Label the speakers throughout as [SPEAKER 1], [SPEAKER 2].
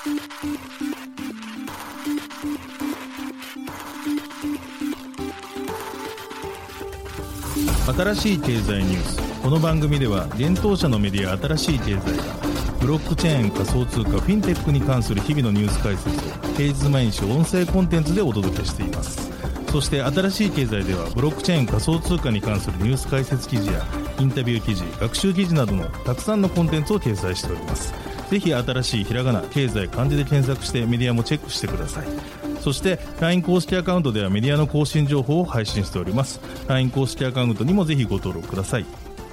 [SPEAKER 1] 新しい経済ニュース。この番組では現当社のメディア新しい経済がブロックチェーン、仮想通貨、フィンテックに関する日々のニュース解説を平日毎日音声コンテンツでお届けしています。そして新しい経済ではブロックチェーン、仮想通貨に関するニュース解説記事やインタビュー記事、学習記事などのたくさんのコンテンツを掲載しております。ぜひ新しいひらがな、経済、漢字で検索してメディアもチェックしてください。そして LINE 公式アカウントではメディアの更新情報を配信しております。 LINE 公式アカウントにもぜひご登録ください。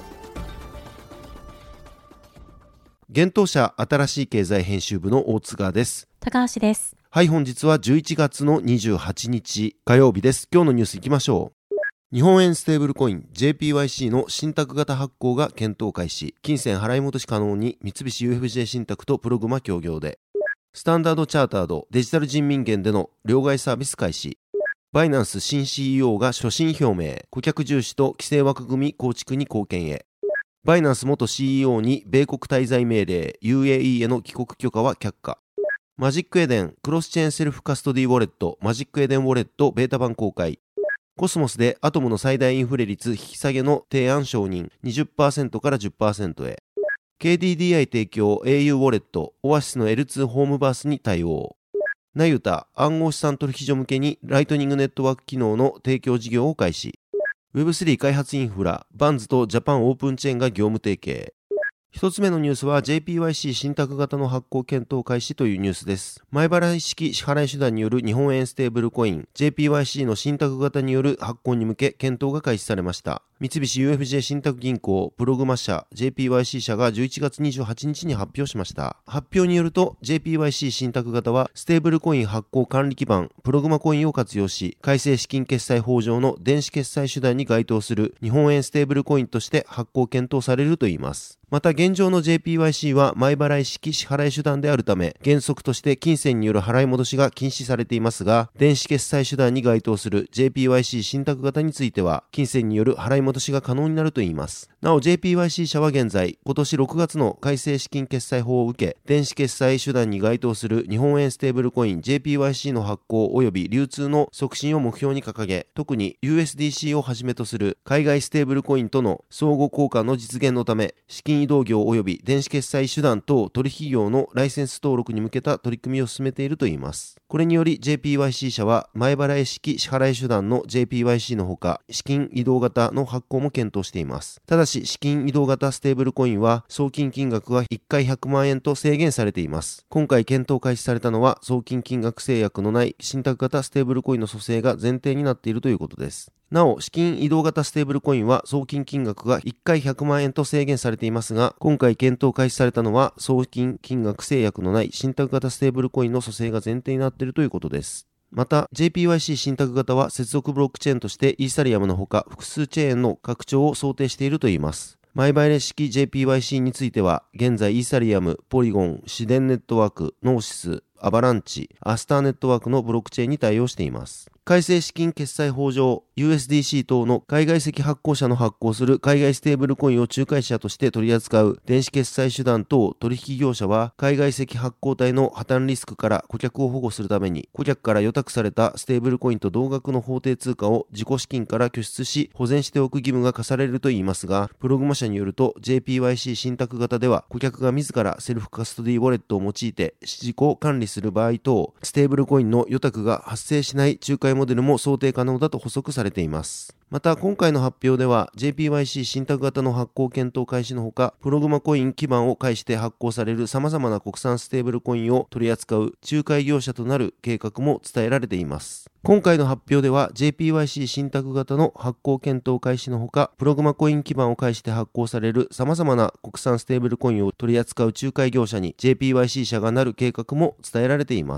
[SPEAKER 2] 現当社新しい経済編集部の大津川です。
[SPEAKER 3] 高橋です。
[SPEAKER 2] はい、本日は11月の28日火曜日です。今日のニュースいきましょう。日本円ステーブルコイン JPYC の信託型発行が検討開始。金銭払い戻し可能に三菱 UFJ 信託とプログマ協業で。スタンダードチャータードデジタル人民元での両替サービス開始。バイナンス新 CEO が所信表明。顧客重視と規制枠組み構築に貢献へ。バイナンス元 CEO に米国滞在命令、UAE への帰国許可は却下。マジックエデンクロスチェーンセルフカストディウォレットマジックエデンウォレットベータ版公開。コスモスでアトムの最大インフレ率引き下げの提案承認 20% から 10% へ。KDDI 提供 au ウォレットオアシスの L2 ホームバースに対応。ナユタ暗号資産取引所向けにライトニングネットワーク機能の提供事業を開始。Web3 開発インフラバンズとジャパンオープンチェーンが業務提携。一つ目のニュースは JPYC 信託型の発行検討開始というニュースです。前払い式支払い手段による日本円ステーブルコイン JPYC の信託型による発行に向け検討が開始されました。三菱 UFJ 信託銀行プログマ社 JPYC 社が11月28日に発表しました。発表によると JPYC 信託型はステーブルコイン発行管理基盤プログマコインを活用し、改正資金決済法上の電子決済手段に該当する日本円ステーブルコインとして発行検討されるといいます。また現状の JPYC は前払い式支払い手段であるため、原則として金銭による払い戻しが禁止されていますが、電子決済手段に該当する JPYC 信託型については、金銭による払い戻しが可能になるといいます。なお JPYC 社は現在、今年6月の改正資金決済法を受け、電子決済手段に該当する日本円ステーブルコイン JPYC の発行及び流通の促進を目標に掲げ、特に USDC をはじめとする海外ステーブルコインとの相互交換の実現のため、資金移動業及び電子決済手段等取引業のライセンス登録に向けた取り組みを進めているといいます。これにより JPYC 社は前払い式支払い手段の JPYC のほか、資金移動型の発行も検討しています。ただし資金移動型ステーブルコインは送金金額が1回100万円と制限されています。今回検討開始されたのは送金金額制約のない信託型ステーブルコインの組成が前提になっているということです。なお、資金移動型ステーブルコインは送金金額が1回100万円と制限されていますが、今回検討開始されたのは送金金額制約のない信託型ステーブルコインの組成が前提になっているということです。また JPYC 信託型は接続ブロックチェーンとしてイーサリアムのほか複数チェーンの拡張を想定しているといいます。前払い式 JPYC については現在イーサリアム、ポリゴン、シデンネットワーク、ノーシス、アバランチ、アスターネットワークのブロックチェーンに対応しています。改正資金決済法上 USDC 等の海外籍発行者の発行する海外ステーブルコインを仲介者として取り扱う電子決済手段等取引業者は海外籍発行体の破綻リスクから顧客を保護するために顧客から予託されたステーブルコインと同額の法定通貨を自己資金から拠出し保全しておく義務が課されるといいますが、プログマ社によると JPYC 信託型では顧客が自らセルフカストディウォレットを用いて自己管理する場合等ステーブルコインの予託が発生しない仲介モデルも想定可能だと補足されています。また今回の発表では JPYC 信託型の発行検討開始のほか、プログマコイン基盤を介して発行される様々な国産ステーブルコインを取り扱う仲介業者となる計画も伝えられています。今回の発表では JPYC 信託型の発行検討開始のほか、プログマコイン基盤を介して発行される様々な国産ステーブルコインを取り扱う仲介業者に JPYC 社がなる計画も伝えられています。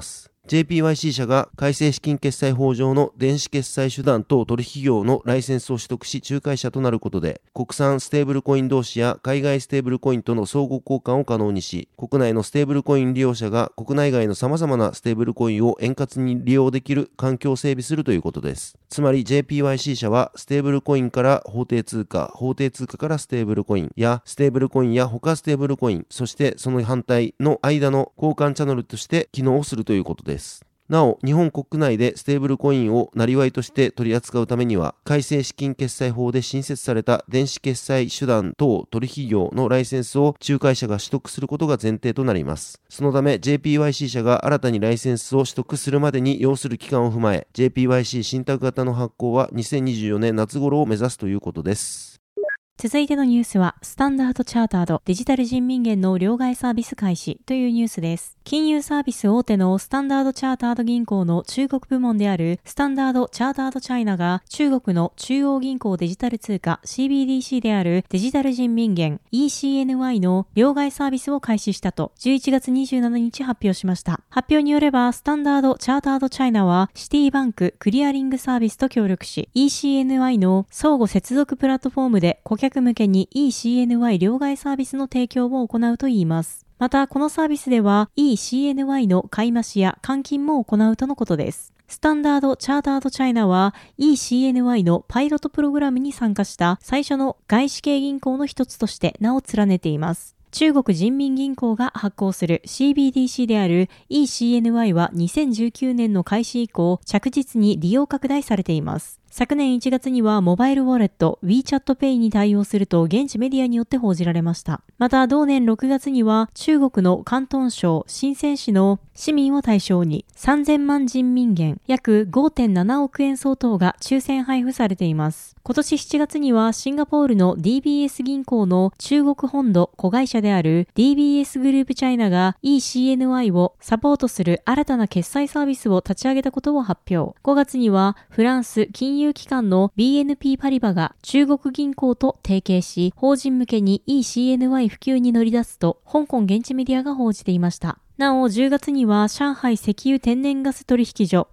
[SPEAKER 2] JPYC 社が改正資金決済法上の電子決済手段等取引業のライセンスを取得し仲介者となることで、国産ステーブルコイン同士や海外ステーブルコインとの相互交換を可能にし、国内のステーブルコイン利用者が国内外の様々なステーブルコインを円滑に利用できる環境を整備するということです。つまり JPYC 社はステーブルコインから法定通貨、法定通貨からステーブルコインやステーブルコインや他ステーブルコイン、そしてその反対の間の交換チャンネルとして機能をするということです。なお、日本国内でステーブルコインを生業として取り扱うためには、改正資金決済法で新設された電子決済手段等取引業のライセンスを仲介者が取得することが前提となります。そのため、JPYC 社が新たにライセンスを取得するまでに要する期間を踏まえ、JPYC 信託型の発行は2024年夏頃を目指すということです。
[SPEAKER 3] 続いてのニュースは、スタンダードチャータードデジタル人民元の両替サービス開始というニュースです。金融サービス大手のスタンダードチャータード銀行の中国部門であるスタンダードチャータードチャイナが中国の中央銀行デジタル通貨 CBDC であるデジタル人民元 ECNY の両替サービスを開始したと11月27日発表しました。発表によれば、スタンダードチャータードチャイナはシティバンククリアリングサービスと協力し、ECNY の相互接続プラットフォームで顧客向けに ECNY 両替サービスの提供を行うといいます。また、このサービスでは ECNY の買い増しや換金も行うとのことです。スタンダードチャータードチャイナは ECNY のパイロットプログラムに参加した最初の外資系銀行の一つとして名を連ねています。中国人民銀行が発行する CBDC である ECNY は2019年の開始以降、着実に利用拡大されています。昨年1月にはモバイルウォレット WeChat Pay に対応すると現地メディアによって報じられました。また同年6月には中国の広東省深セン市の市民を対象に3000万人民元約 5.7 億円相当が抽選配布されています。今年7月にはシンガポールの DBS 銀行の中国本土子会社である DBS グループチャイナが ECNY をサポートする新たな決済サービスを立ち上げたことを発表。5月にはフランス金融機関の BNP パリバが中国銀行と提携し、法人向けに ECNY 普及に乗り出すと香港現地メディアが報じていました。なお、10月には上海石油天然ガス取引所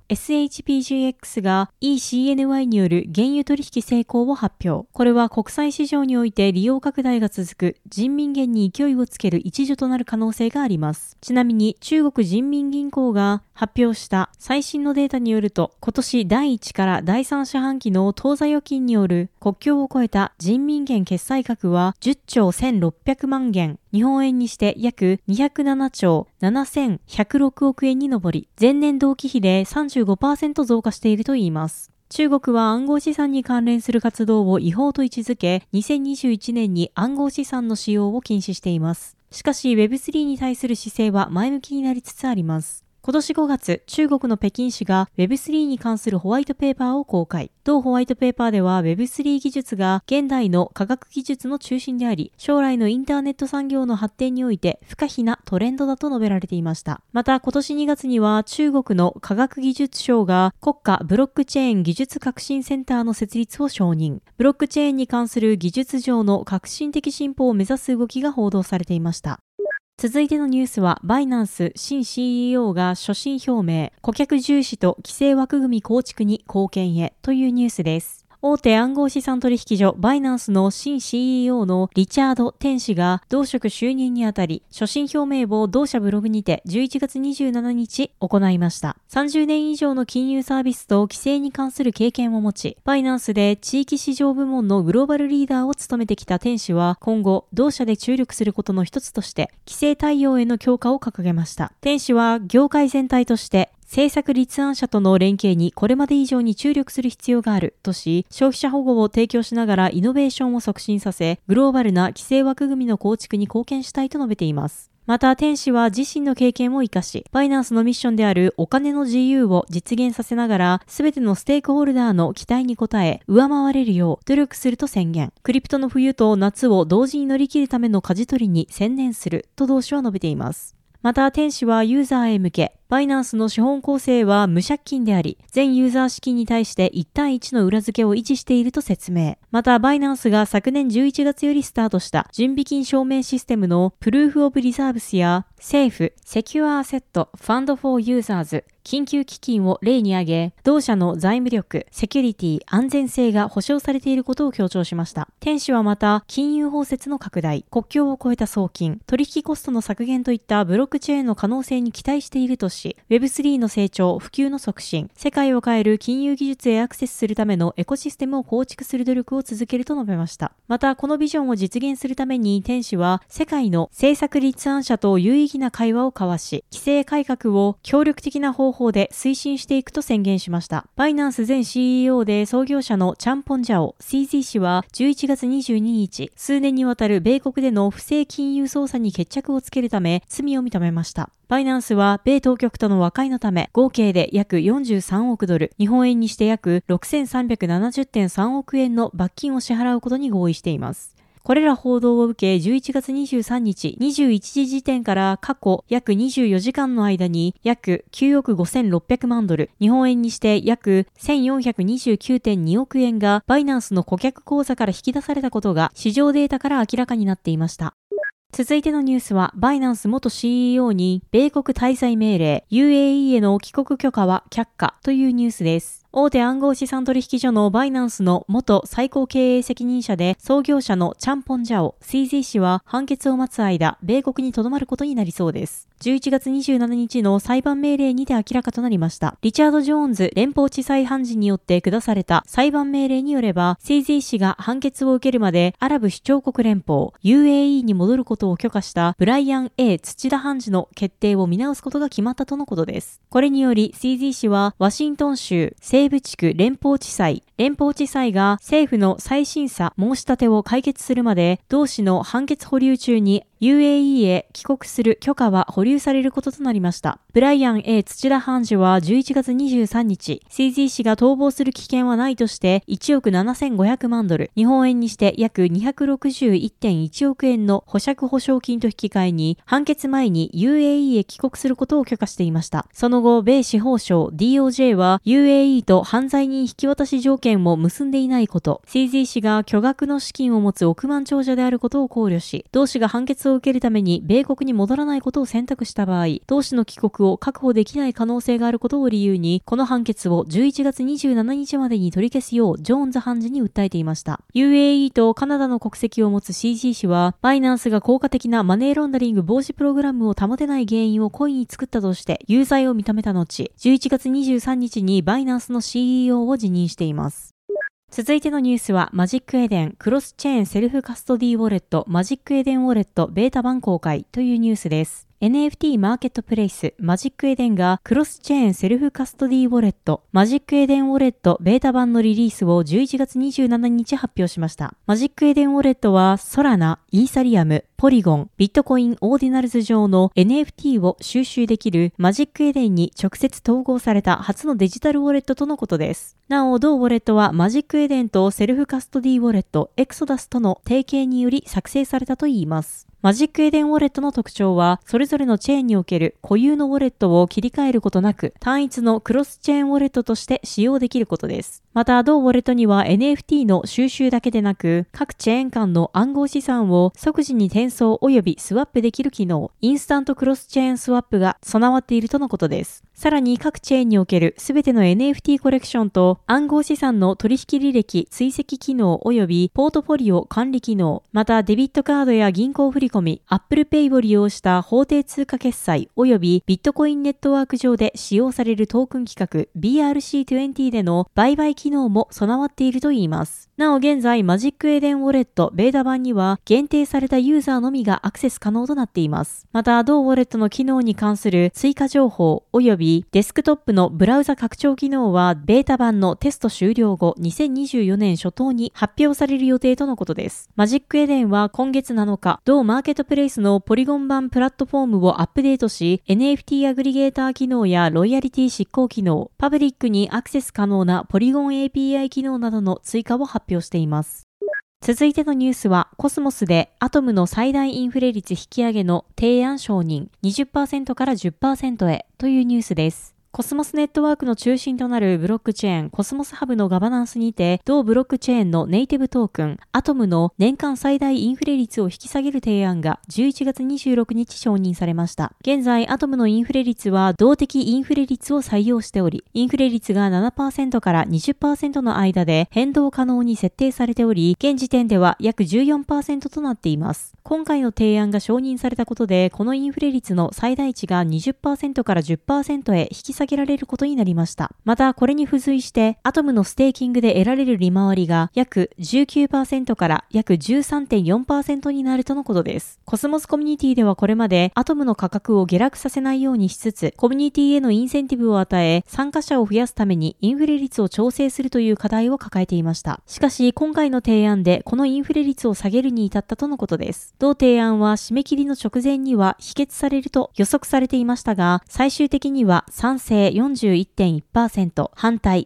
[SPEAKER 3] SHPGX が ECNY による原油取引成功を発表。これは国際市場において利用拡大が続く人民元に勢いをつける一助となる可能性があります。ちなみに中国人民銀行が発表した最新のデータによると、今年第1から第3四半期の当座預金による国境を越えた人民元決済額は10兆1600万元、日本円にして約207兆7106億円に上り、前年同期比で 35% 増加しているといいます。中国は暗号資産に関連する活動を違法と位置づけ、2021年に暗号資産の使用を禁止しています。しかし Web3 に対する姿勢は前向きになりつつあります。今年5月、中国の北京市が Web3 に関するホワイトペーパーを公開。同ホワイトペーパーでは Web3 技術が現代の科学技術の中心であり、将来のインターネット産業の発展において不可避なトレンドだと述べられていました。また今年2月には中国の科学技術省が国家ブロックチェーン技術革新センターの設立を承認。ブロックチェーンに関する技術上の革新的進歩を目指す動きが報道されていました。続いてのニュースは、バイナンス新 CEO が所信表明、顧客重視と規制枠組み構築に貢献へというニュースです。大手暗号資産取引所バイナンスの新 CEO のリチャード・テン氏が同職就任にあたり、所信表明を同社ブログにて11月27日行いました。30年以上の金融サービスと規制に関する経験を持ち、バイナンスで地域市場部門のグローバルリーダーを務めてきたテン氏は、今後同社で注力することの一つとして、規制対応への強化を掲げました。テン氏は業界全体として、政策立案者との連携にこれまで以上に注力する必要があるとし、消費者保護を提供しながらイノベーションを促進させ、グローバルな規制枠組みの構築に貢献したいと述べています。また、テン氏は自身の経験を生かし、バイナンスのミッションであるお金の自由を実現させながら、すべてのステークホルダーの期待に応え、上回れるよう努力すると宣言。クリプトの冬と夏を同時に乗り切るための舵取りに専念すると同氏は述べています。また、テン氏はユーザーへ向け、 バイナンスの資本構成は無借金であり、全ユーザー資金に対して1対1の裏付けを維持していると説明。また、バイナンスが昨年11月よりスタートした準備金証明システムのプルーフオブリザーブスやセーフ、セキュアアセット、ファンドフォーユーザーズ、緊急基金を例に挙げ、同社の財務力、セキュリティ、安全性が保証されていることを強調しました。天使はまた、金融包摂の拡大、国境を越えた送金、取引コストの削減といったブロックチェーンの可能性に期待しているとし、Web3 の成長、普及の促進、世界を変える金融技術へアクセスするためのエコシステムを構築する努力を続けると述べました。また、このビジョンを実現するために、天使は、世界の政策立案者と有意義な会話を交わし、規制改革を協力的な方法で推進していくと宣言しました。バイナンス前 CEO で創業者のチャンポンジャオ CZ 氏は11月22日、数年にわたる米国での不正金融捜査に決着をつけるため罪を認めました。バイナンスは米当局との和解のため合計で約43億ドル、日本円にして約 6370.3 億円の罰金を支払うことに合意しています。これら報道を受け、11月23日21時時点から過去約24時間の間に約9億5600万ドル、日本円にして約 1429.2 億円がバイナンスの顧客口座から引き出されたことが市場データから明らかになっていました。続いてのニュースは、バイナンス元 CEO に米国滞在命令、UAE への帰国許可は却下というニュースです。大手暗号資産取引所のバイナンスの元最高経営責任者で創業者のチャンポンジャオ CZ 氏は判決を待つ間、米国に留まることになりそうです。11月27日の裁判命令にて明らかとなりました。リチャード・ジョーンズ連邦地裁判事によって下された裁判命令によれば、CZ 氏が判決を受けるまでアラブ首長国連邦 UAE に戻ることを許可したブライアン A 土田判事の決定を見直すことが決まったとのことです。これにより CZ 氏はワシントン州西部地区連邦地裁が政府の再審査申し立てを解決するまで同氏の判決保留中にUAE へ帰国する許可は保留されることとなりました。ブライアン A 土田判事は11月23日、CZ 氏が逃亡する危険はないとして1億7500万ドル、日本円にして約 261.1 億円の保釈保証金と引き換えに、判決前に UAE へ帰国することを許可していました。その後、米司法省 DOJ は UAE と犯罪人引き渡し条件を結んでいないこと、CZ 氏が巨額の資金を持つ億万長者であることを考慮し、同氏が判決を受けるために米国に戻らないことを選択した場合、同氏の帰国を確保できない可能性があることを理由に、この判決を11月27日までに取り消すようジョーンズ判事に訴えていました。UAE とカナダの国籍を持つ CZ 氏は、バイナンスが効果的なマネーロンダリング防止プログラムを保てない原因を故意に作ったとして有罪を認めた後、11月23日にバイナンスの CEO を辞任しています。続いてのニュースは、マジックエデンクロスチェーンセルフカストディウォレットマジックエデンウォレットベータ版公開というニュースです。NFT マーケットプレイスマジックエデンがクロスチェーンセルフカストディウォレットマジックエデンウォレットベータ版のリリースを11月27日発表しました。マジックエデンウォレットはソラナ、イーサリアム、ポリゴン、ビットコインオーディナルズ上の NFT を収集できるマジックエデンに直接統合された初のデジタルウォレットとのことです。なお、同ウォレットはマジックエデンとセルフカストディウォレットエクソダスとの提携により作成されたといいます。マジックエデンウォレットの特徴は、それぞれのチェーンにおける固有のウォレットを切り替えることなく、単一のクロスチェーンウォレットとして使用できることです。また、同ウォレットには NFT の収集だけでなく、各チェーン間の暗号資産を即時に転送及びスワップできる機能、インスタントクロスチェーンスワップが備わっているとのことです。さらに各チェーンにおけるすべての NFT コレクションと暗号資産の取引履歴追跡機能及びポートフォリオ管理機能、またデビットカードや銀行振込、Apple Pay を利用した法定通貨決済及びビットコインネットワーク上で使用されるトークン規格 BRC20 での売買機能も備わっているといいます。なお現在マジックエデンウォレットベータ版には限定されたユーザーのみがアクセス可能となっています。また同ウォレットの機能に関する追加情報及びデスクトップのブラウザ拡張機能はベータ版のテスト終了後2024年初頭に発表される予定とのことです。マジックエデンは今月7日、同マーケットプレイスのポリゴン版プラットフォームをアップデートし、NFT アグリゲーター機能やロイヤリティ執行機能、パブリックにアクセス可能なポリゴン API 機能などの追加を発表しています。 続いてのニュースは、コスモスでアトムの最大インフレ率引き上げの提案承認 20% から 10% へというニュースです。コスモスネットワークの中心となるブロックチェーンコスモスハブのガバナンスにて、同ブロックチェーンのネイティブトークンアトムの年間最大インフレ率を引き下げる提案が11月26日承認されました。現在アトムのインフレ率は動的インフレ率を採用しており、インフレ率が 7% から 20% の間で変動可能に設定されており、現時点では約 14% となっています。今回の提案が承認されたことで、このインフレ率の最大値が 20% から 10% へ引き下げられることになりました。また、これに付随して、アトムのステーキングで得られる利回りが約 19% から約 13.4% になるとのことです。コスモスコミュニティではこれまで、アトムの価格を下落させないようにしつつ、コミュニティへのインセンティブを与え、参加者を増やすためにインフレ率を調整するという課題を抱えていました。しかし、今回の提案で、このインフレ率を下げるに至ったとのことです。同提案は締め切りの直前には否決されると予測されていましたが、最終的には賛成 41.1%、反対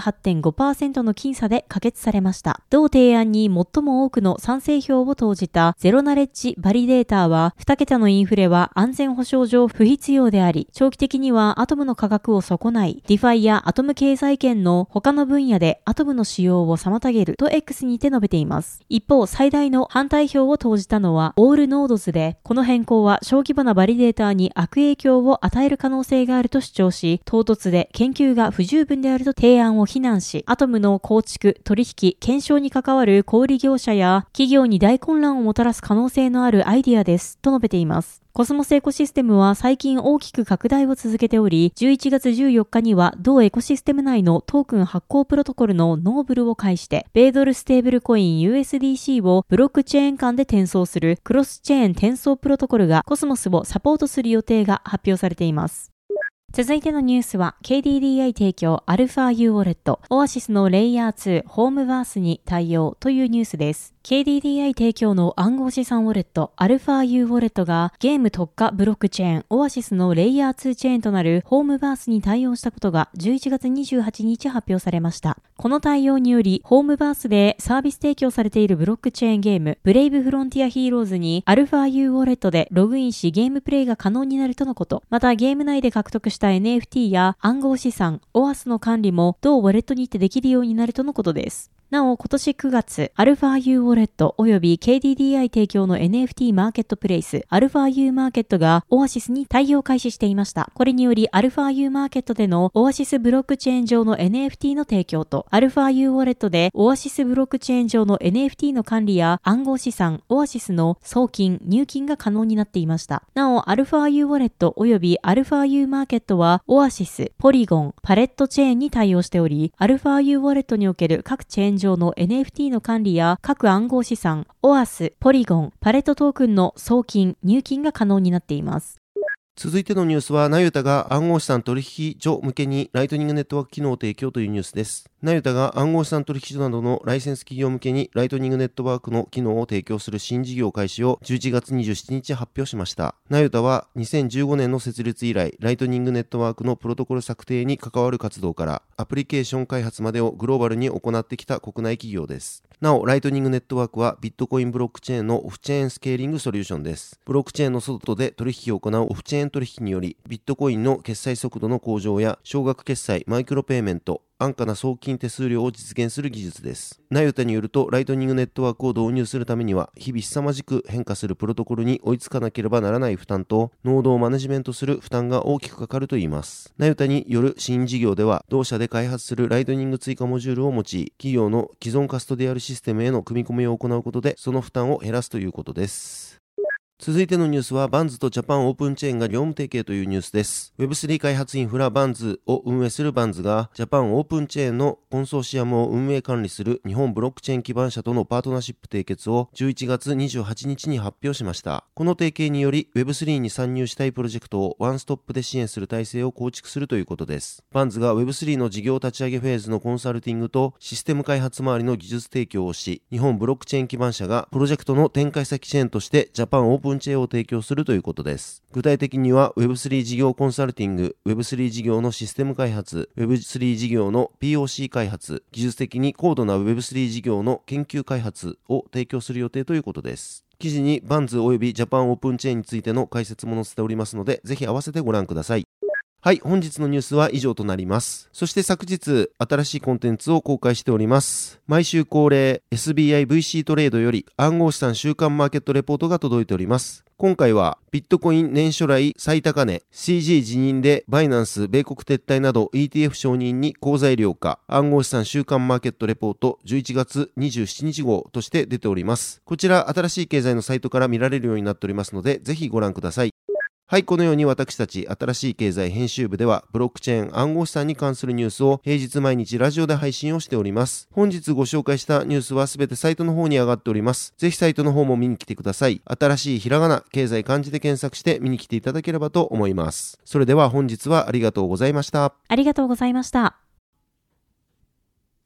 [SPEAKER 3] 38.5% の僅差で可決されました。同提案に最も多くの賛成票を投じたゼロナレッジバリデーターは、2桁のインフレは安全保障上不必要であり、長期的にはアトムの価格を損ない、ディファイやアトム経済圏の他の分野でアトムの使用を妨げると X にて述べています。一方、最大の反対票を投じたのはオールノードズで、この変更は小規模なバリデーターに悪影響を与える可能性があると主張し、唐突で研究が不十分であると提案を非難し、アトムの構築、取引、検証に関わる小売業者や企業に大混乱をもたらす可能性のあるアイディアですと述べています。コスモスエコシステムは最近大きく拡大を続けており、11月14日には同エコシステム内のトークン発行プロトコルのノーブルを介して、米ドルステーブルコイン USDC をブロックチェーン間で転送するクロスチェーン転送プロトコルがコスモスをサポートする予定が発表されています。続いてのニュースは KDDI 提供アルファ U ウォレットオアシスのレイヤー2ホームバースに対応というニュースです。KDDI 提供の暗号資産ウォレットアルファ U ウォレットがゲーム特化ブロックチェーンオアシスのレイヤー2チェーンとなるホームバースに対応したことが11月28日発表されました。この対応によりホームバースでサービス提供されているブロックチェーンゲームブレイブフロンティアヒーローズにアルファ U ウォレットでログインしゲームプレイが可能になるとのこと。またゲーム内で獲得した NFT や暗号資産オアスの管理も同ウォレットにてできるようになるとのことです。なお、今年9月、アルファ U ウォレット及び KDDI 提供の NFT マーケットプレイス、アルファ U マーケットがオアシスに対応開始していました。これにより、アルファ U マーケットでのオアシスブロックチェーン上の NFT の提供と、アルファ U ウォレットでオアシスブロックチェーン上の NFT の管理や暗号資産、オアシスの送金、入金が可能になっていました。なお、アルファ U ウォレット及びアルファ U マーケットは、オアシス、ポリゴン、パレットチェーンに対応しており、アルファ U ウォレットにおける各チェーン上の NFT の管理や各暗号資産、オアス、ポリゴン、パレットトークンの送金、入金が可能になっています。
[SPEAKER 2] 続いてのニュースは、ナユタが暗号資産取引所向けにライトニングネットワーク機能を提供というニュースです。ナユタが暗号資産取引所などのライセンス企業向けにライトニングネットワークの機能を提供する新事業開始を11月27日発表しました。ナユタは2015年の設立以来、ライトニングネットワークのプロトコル策定に関わる活動からアプリケーション開発までをグローバルに行ってきた国内企業です。なお、ライトニングネットワークはビットコインブロックチェーンのオフチェーンスケーリングソリューションです。ブロックチェーンの外で取引を行うオフチェーン取引により、ビットコインの決済速度の向上や少額決済、マイクロペイメント、安価な送金手数料を実現する技術です。ナユタによると、ライトニングネットワークを導入するためには、日々凄まじく変化するプロトコルに追いつかなければならない負担と、ノードをマネジメントする負担が大きくかかるといいます。ナユタによる新事業では、同社で開発するライトニング追加モジュールを用い、企業の既存カストディアルシステムへの組み込みを行うことで、その負担を減らすということです。続いてのニュースは、バンズとジャパンオープンチェーンが業務提携というニュースです。Web3 開発インフラバンズを運営するバンズが、ジャパンオープンチェーンのコンソーシアムを運営管理する日本ブロックチェーン基盤社とのパートナーシップ締結を11月28日に発表しました。この提携により、Web3 に参入したいプロジェクトをワンストップで支援する体制を構築するということです。バンズが Web3 の事業立ち上げフェーズのコンサルティングとシステム開発周りの技術提供をし、日本ブロックチェーン基盤社がプロジェクトの展開先チェーンとしてジャパンオープンプンチェーンを提供するということです。具体的には Web3 事業コンサルティング、Web3 事業のシステム開発、Web3 事業の POC 開発、技術的に高度な Web3 事業の研究開発を提供する予定ということです。記事にバンズおよびジャパンオープンチェーンについての解説も載せておりますので、ぜひ合わせてご覧ください。はい、本日のニュースは以上となります。そして昨日、新しいコンテンツを公開しております。毎週恒例、SBIVC トレードより暗号資産週間マーケットレポートが届いております。今回は、ビットコイン年初来最高値、CG 辞任でバイナンス米国撤退など ETF 承認に好材料化、暗号資産週間マーケットレポート11月27日号として出ております。こちら、新しい経済のサイトから見られるようになっておりますので、ぜひご覧ください。はい、このように私たち新しい経済編集部ではブロックチェーン暗号資産に関するニュースを平日毎日ラジオで配信をしております。本日ご紹介したニュースはすべてサイトの方に上がっております。ぜひサイトの方も見に来てください。新しいひらがな、経済漢字で検索して見に来ていただければと思います。それでは本日はありがとうございました。
[SPEAKER 3] ありがとうございました。